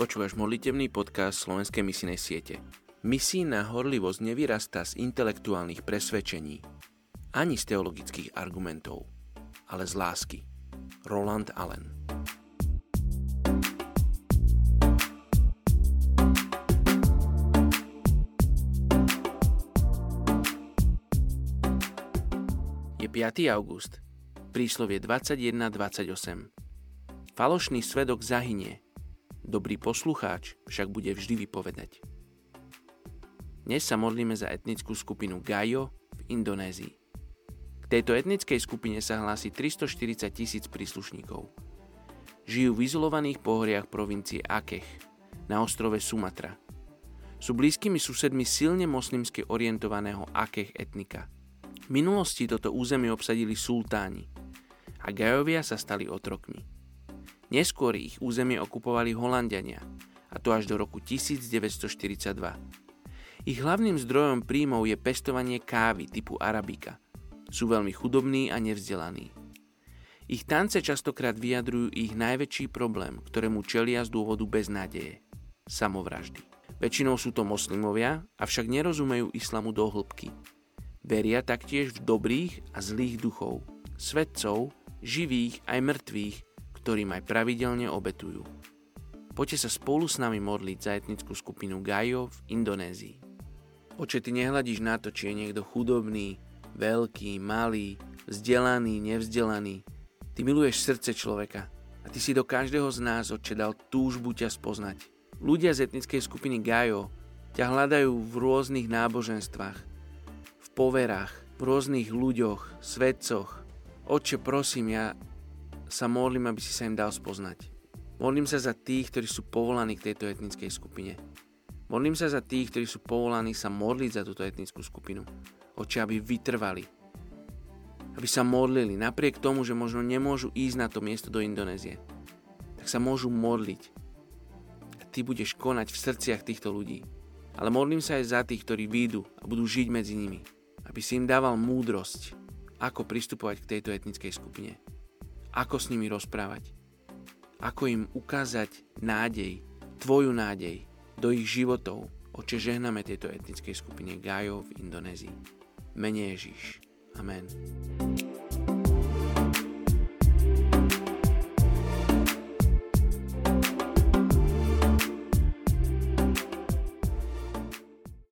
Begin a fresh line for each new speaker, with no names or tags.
Počúvaš modlitebný podcast Slovenskej misijnej siete. Misijná horlivosť nevyrastá z intelektuálnych presvedčení, ani z teologických argumentov, ale z lásky. Roland Allen. Je 5. august, príslovie 21:28. Falošný svedok zahynie, dobrý poslucháč však bude vždy vypovedať. Dnes sa modlíme za etnickú skupinu Gayo v Indonézii. K tejto etnickej skupine sa hlási 340 000 príslušníkov. Žijú v izolovaných pohoriach provincie Aceh na ostrove Sumatra. Sú blízkymi susedmi silne moslimsky orientovaného Aceh etnika. V minulosti toto územie obsadili sultáni a Gajovia sa stali otrokmi. Neskôr ich územie okupovali Holanďania, a to až do roku 1942. Ich hlavným zdrojom príjmov je pestovanie kávy typu arabika. Sú veľmi chudobní a nevzdelaní. Ich tance častokrát vyjadrujú ich najväčší problém, ktorému čelia z dôvodu beznádeje – samovraždy. Väčšinou sú to moslimovia, avšak nerozumejú islamu do hĺbky. Veria taktiež v dobrých a zlých duchov, svetcov, živých aj mŕtvych, ktorým aj pravidelne obetujú. Poďte sa spolu s nami modliť za etnickú skupinu Gayo v Indonézii. Oče, ty nehľadíš na to, či je niekto chudobný, veľký, malý, vzdelaný, nevzdelaný. Ty miluješ srdce človeka a ty si do každého z nás, Oče, dal túžbu ťa spoznať. Ľudia z etnickej skupiny Gayo ťa hľadajú v rôznych náboženstvách, v poverách, v rôznych ľuďoch, svetcoch. Oče, prosím, ja sa modlím, aby si sa im dal spoznať. Modlím sa za tých, ktorí sú povolaní k tejto etnickej skupine. Modlím sa za tých, ktorí sú povolaní sa modliť za túto etnickú skupinu. Oče, aby vytrvali. Aby sa modlili, napriek tomu, že možno nemôžu ísť na to miesto do Indonézie. Tak sa môžu modliť. A ty budeš konať v srdciach týchto ľudí. Ale modlím sa aj za tých, ktorí výjdu a budú žiť medzi nimi. Aby si im dával múdrosť, ako pristupovať k tejto etnickej skupine. Ako s nimi rozprávať. Ako im ukázať nádej, tvoju nádej do ich životov. Oče, žehname tejto etnickej skupine Gayo v Indonézii. Mene Ježiš. Amen.